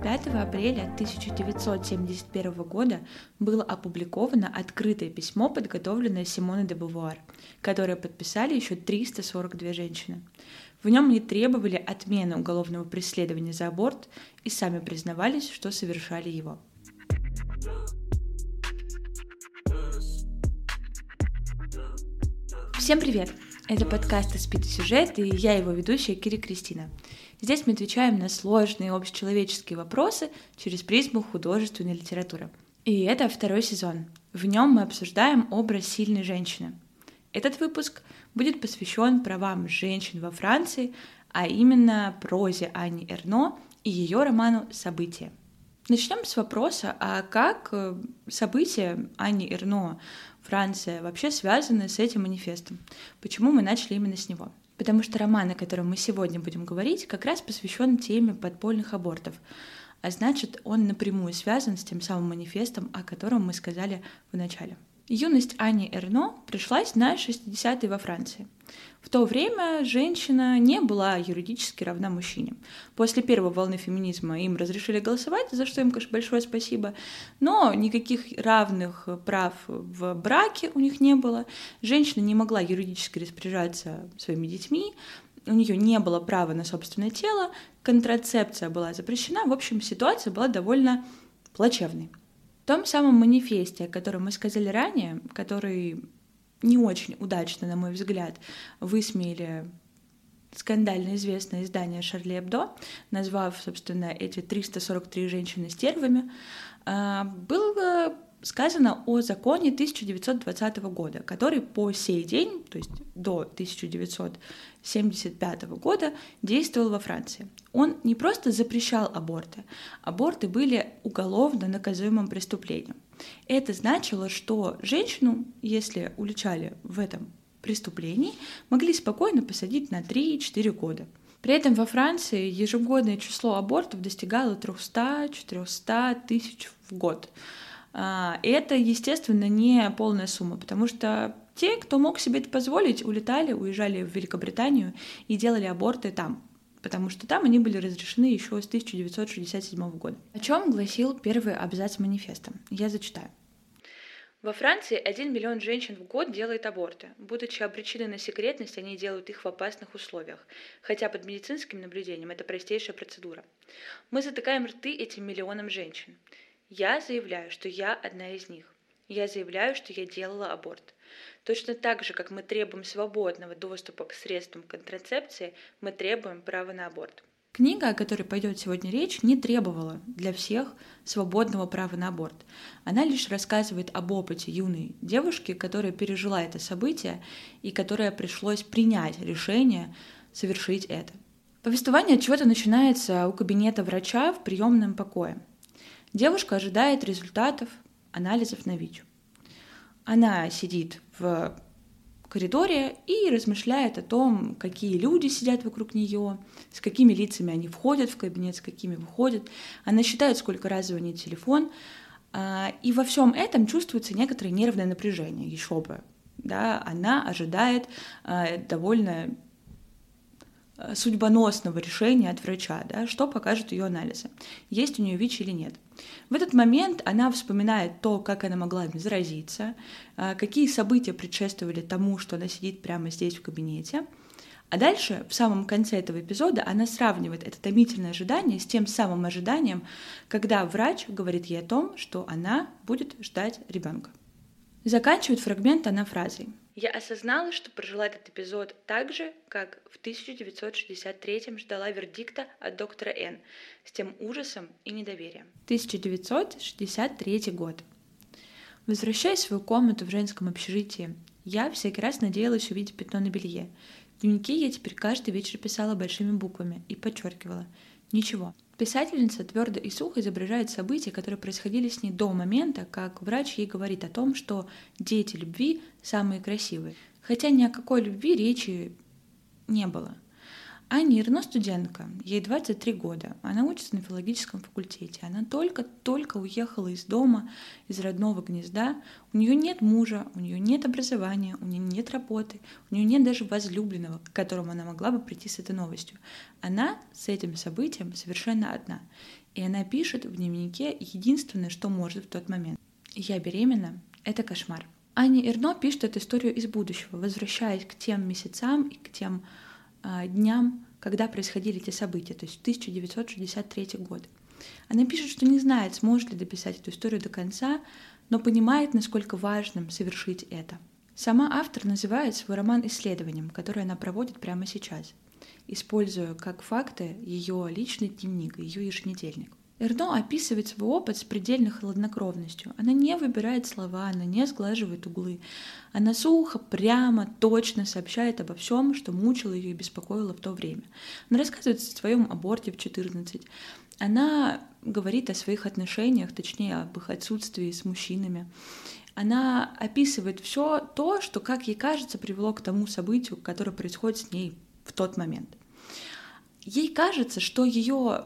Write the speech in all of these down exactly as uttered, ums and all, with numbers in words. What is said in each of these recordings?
пятого апреля тысяча девятьсот семьдесят первого года было опубликовано открытое письмо, подготовленное Симоной де Бувуар, которое подписали еще триста сорок две женщины. В нем они требовали отмены уголовного преследования за аборт и сами признавались, что совершали его. Всем привет! Это подкаст «Испитый сюжет», и я его ведущая Кири Кристина. Здесь мы отвечаем на сложные общечеловеческие вопросы через призму художественной литературы. И это второй сезон. В нем мы обсуждаем образ сильной женщины. Этот выпуск будет посвящен правам женщин во Франции, а именно прозе Анни Эрно и ее роману «События». Начнем с вопроса, а как события Анни Эрно Франция вообще связаны с этим манифестом? Почему мы начали именно с него? Потому что роман, о котором мы сегодня будем говорить, как раз посвящен теме подпольных абортов, а значит, он напрямую связан с тем самым манифестом, о котором мы сказали в начале. Юность Анни Эрно пришлась на шестидесятые во Франции. В то время женщина не была юридически равна мужчине. После первой волны феминизма им разрешили голосовать, за что им, конечно, большое спасибо, но никаких равных прав в браке у них не было. Женщина не могла юридически распоряжаться своими детьми, у нее не было права на собственное тело, контрацепция была запрещена. В общем, ситуация была довольно плачевной. В том самом манифесте, о котором мы сказали ранее, который не очень удачно, на мой взгляд, высмеяли скандально известное издание «Шарли Эбдо», назвав, собственно, эти триста сорок три женщины стервами, было сказано о законе тысяча девятьсот двадцатого года, который по сей день, то есть до тысяча девятьсот семьдесят пятого года, действовал во Франции. Он не просто запрещал аборты, аборты были уголовно наказуемым преступлением. Это значило, что женщину, если уличали в этом преступлении, могли спокойно посадить на три-четыре года. При этом во Франции ежегодное число абортов достигало триста-четыреста тысяч в год. Это, естественно, не полная сумма, потому что те, кто мог себе это позволить, улетали, уезжали в Великобританию и делали аборты там, потому что там они были разрешены еще с тысяча девятьсот шестьдесят седьмого года. О чем гласил первый абзац манифеста? Я зачитаю. Во Франции один миллион женщин в год делает аборты. Будучи обречены на секретность, они делают их в опасных условиях, хотя под медицинским наблюдением это простейшая процедура. Мы затыкаем рты этим миллионам женщин. Я заявляю, что я одна из них. Я заявляю, что я делала аборт. Точно так же, как мы требуем свободного доступа к средствам контрацепции, мы требуем права на аборт. Книга, о которой пойдет сегодня речь, не требовала для всех свободного права на аборт. Она лишь рассказывает об опыте юной девушки, которая пережила это событие и которая пришлось принять решение совершить это. Повествование от чего-то начинается у кабинета врача в приемном покое. Девушка ожидает результатов анализов на ВИЧ. Она сидит в коридоре и размышляет о том, какие люди сидят вокруг нее, с какими лицами они входят в кабинет, с какими выходят. Она считает, сколько раз звонит телефон. И во всем этом чувствуется некоторое нервное напряжение, еще бы. Да, она ожидает довольно судьбоносного решения от врача, да, что покажут ее анализы, есть у нее ВИЧ или нет. В этот момент она вспоминает то, как она могла им заразиться, какие события предшествовали тому, что она сидит прямо здесь в кабинете. А дальше, в самом конце этого эпизода, она сравнивает это томительное ожидание с тем самым ожиданием, когда врач говорит ей о том, что она будет ждать ребенка. Заканчивает фрагмент она фразой: «Я осознала, что прожила этот эпизод так же, как в тысяча девятьсот шестьдесят третьем ждала вердикта от доктора Н, с тем ужасом и недоверием». тысяча девятьсот шестьдесят третий год. Возвращаясь в свою комнату в женском общежитии, я всякий раз надеялась увидеть пятно на белье. В дневнике я теперь каждый вечер писала большими буквами и подчеркивала: ничего. Писательница твердо и сухо изображает события, которые происходили с ней до момента, как врач ей говорит о том, что дети любви самые красивые. Хотя ни о какой любви речи не было. Анни Эрно студентка, ей двадцать три года, она учится на филологическом факультете, она только-только уехала из дома, из родного гнезда, у нее нет мужа, у нее нет образования, у нее нет работы, у нее нет даже возлюбленного, к которому она могла бы прийти с этой новостью. Она с этим событием совершенно одна. И она пишет в дневнике единственное, что может в тот момент. «Я беременна. Это кошмар». Аня Эрно пишет эту историю из будущего, возвращаясь к тем месяцам и к тем э, дням, когда происходили эти события, то есть тысяча девятьсот шестьдесят третий год. Она пишет, что не знает, сможет ли дописать эту историю до конца, но понимает, насколько важным совершить это. Сама автор называет свой роман исследованием, которое она проводит прямо сейчас, используя как факты ее личный дневник, ее еженедельник. Эрно описывает свой опыт с предельной хладнокровностью. Она не выбирает слова, она не сглаживает углы. Она сухо, прямо, точно сообщает обо всем, что мучило ее и беспокоило в то время. Она рассказывает о своем аборте в четырнадцать. Она говорит о своих отношениях, точнее, об их отсутствии с мужчинами. Она описывает все то, что, как ей кажется, привело к тому событию, которое происходит с ней в тот момент. Ей кажется, что ее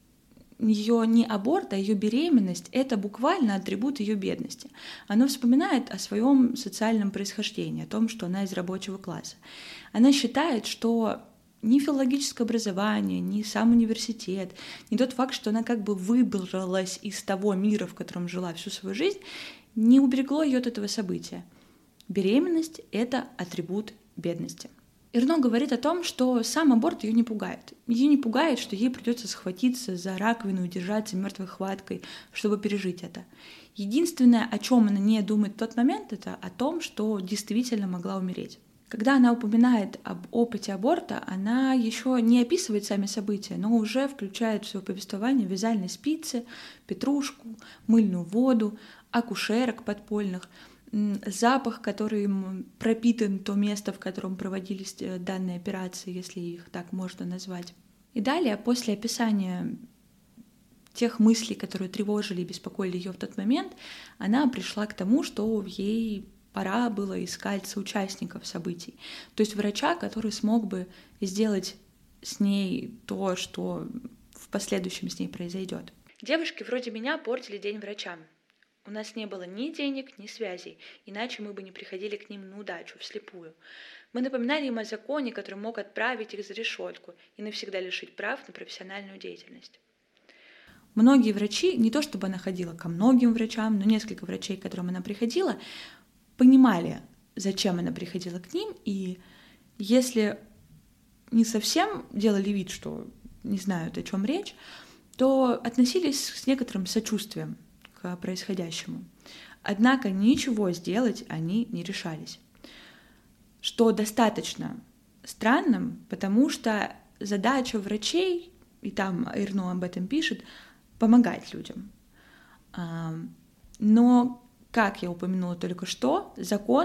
ее не аборт, а ее беременность — это буквально атрибут ее бедности. Она вспоминает о своем социальном происхождении, о том, что она из рабочего класса. Она считает, что ни филологическое образование, ни сам университет, ни тот факт, что она как бы выбралась из того мира, в котором жила всю свою жизнь, не уберегло ее от этого события. Беременность — это атрибут бедности. Эрно говорит о том, что сам аборт ее не пугает. Ее не пугает, что ей придется схватиться за раковину и держаться мертвой хваткой, чтобы пережить это. Единственное, о чем она не думает в тот момент, это о том, что действительно могла умереть. Когда она упоминает об опыте аборта, она еще не описывает сами события, но уже включает в свое повествование вязальные спицы, петрушку, мыльную воду, акушерок подпольных, запах, который пропитан то место, в котором проводились данные операции, если их так можно назвать. И далее, после описания тех мыслей, которые тревожили и беспокоили ее в тот момент, она пришла к тому, что ей пора было искать соучастников событий, то есть врача, который смог бы сделать с ней то, что в последующем с ней произойдет. Девушки вроде меня портили день врачам. У нас не было ни денег, ни связей, иначе мы бы не приходили к ним на удачу, вслепую. Мы напоминали им о законе, который мог отправить их за решетку и навсегда лишить прав на профессиональную деятельность. Многие врачи, не то чтобы она ходила ко многим врачам, но несколько врачей, к которым она приходила, понимали, зачем она приходила к ним, и если не совсем делали вид, что не знают, о чем речь, то относились с некоторым сочувствием к происходящему. Однако ничего сделать они не решались. Что достаточно странным, потому что задача врачей, и там Эрно об этом пишет, помогать людям. Но, как я упомянула только что, закон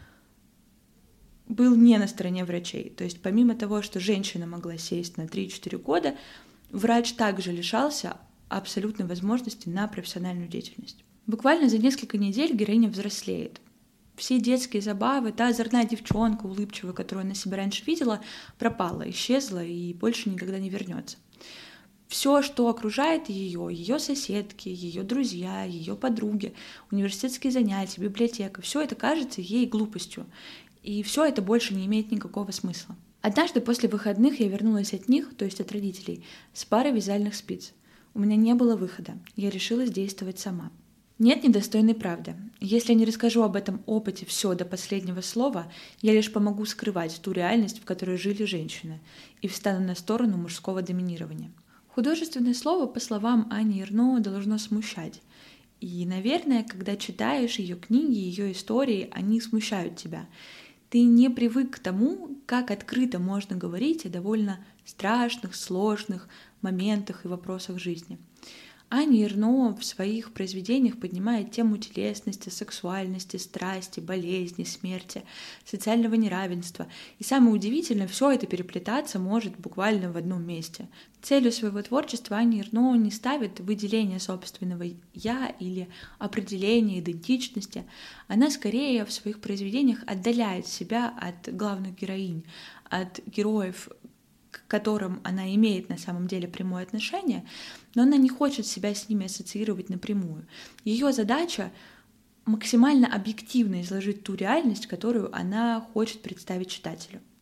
был не на стороне врачей. То есть помимо того, что женщина могла сесть на три-четыре года, врач также лишался абсолютной возможности на профессиональную деятельность. Буквально за несколько недель героиня взрослеет. Все детские забавы, та озорная девчонка улыбчивая, которую она себя раньше видела, пропала, исчезла и больше никогда не вернется. Все, что окружает ее, ее соседки, ее друзья, ее подруги, университетские занятия, библиотека, все это кажется ей глупостью. И все это больше не имеет никакого смысла. Однажды после выходных я вернулась от них, то есть от родителей, с парой вязальных спиц. У меня не было выхода, я решилась действовать сама. Нет недостойной правды. Если я не расскажу об этом опыте все до последнего слова, я лишь помогу скрывать ту реальность, в которой жили женщины, и встану на сторону мужского доминирования. Художественное слово, по словам Ани Эрно, должно смущать. И, наверное, когда читаешь ее книги, ее истории, они смущают тебя. Ты не привык к тому, как открыто можно говорить о довольно страшных, сложных моментах и вопросах жизни. Аня Эрно в своих произведениях поднимает тему телесности, сексуальности, страсти, болезни, смерти, социального неравенства. И самое удивительное, все это переплетаться может буквально в одном месте. Целью своего творчества Аня Эрно не ставит выделение собственного «я» или определение идентичности. Она скорее в своих произведениях отдаляет себя от главных героинь, от героев, к которым она имеет на самом деле прямое отношение, но она не хочет себя с ними ассоциировать напрямую. Ее задача — максимально объективно изложить ту реальность, которую она хочет представить читателю.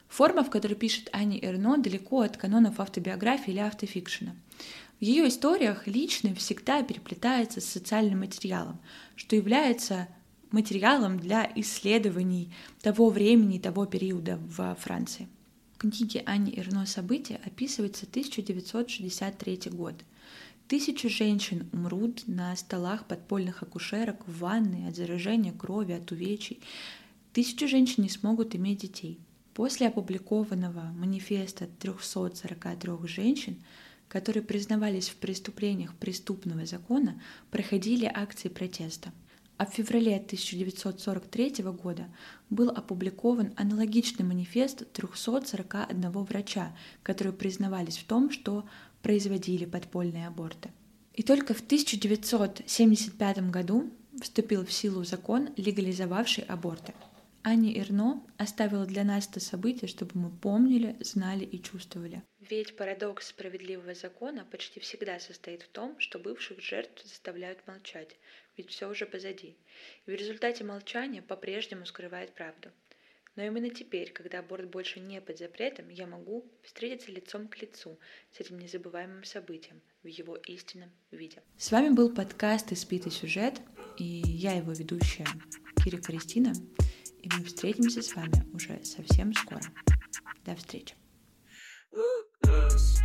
Форма, в которой пишет Ани Эрно, далеко от канонов автобиографии или автофикшена. В ее историях личное всегда переплетается с социальным материалом, что является материалом для исследований того времени, того периода во Франции. В книге Ани Эрно «События» описывается тысяча девятьсот шестьдесят третий год. Тысячи женщин умрут на столах подпольных акушерок, в ванной, от заражения крови, от увечий. Тысячи женщин не смогут иметь детей. После опубликованного манифеста трехсот сорока трёх женщин, которые признавались в преступлениях преступного закона, проходили акции протеста. А в феврале тысяча девятьсот сорок третьего года был опубликован аналогичный манифест трехсот сорока одного врача, которые признавались в том, что производили подпольные аборты. И только в тысяча девятьсот семьдесят пятом году вступил в силу закон, легализовавший аборты. Ани Эрно оставила для нас это событие, чтобы мы помнили, знали и чувствовали. Ведь парадокс справедливого закона почти всегда состоит в том, что бывших жертв заставляют молчать, ведь все уже позади. И в результате молчания по-прежнему скрывает правду. Но именно теперь, когда аборт больше не под запретом, я могу встретиться лицом к лицу с этим незабываемым событием в его истинном виде. С вами был подкаст «Испитый сюжет», и я его ведущая Кира Кристина. И мы встретимся с вами уже совсем скоро. До встречи.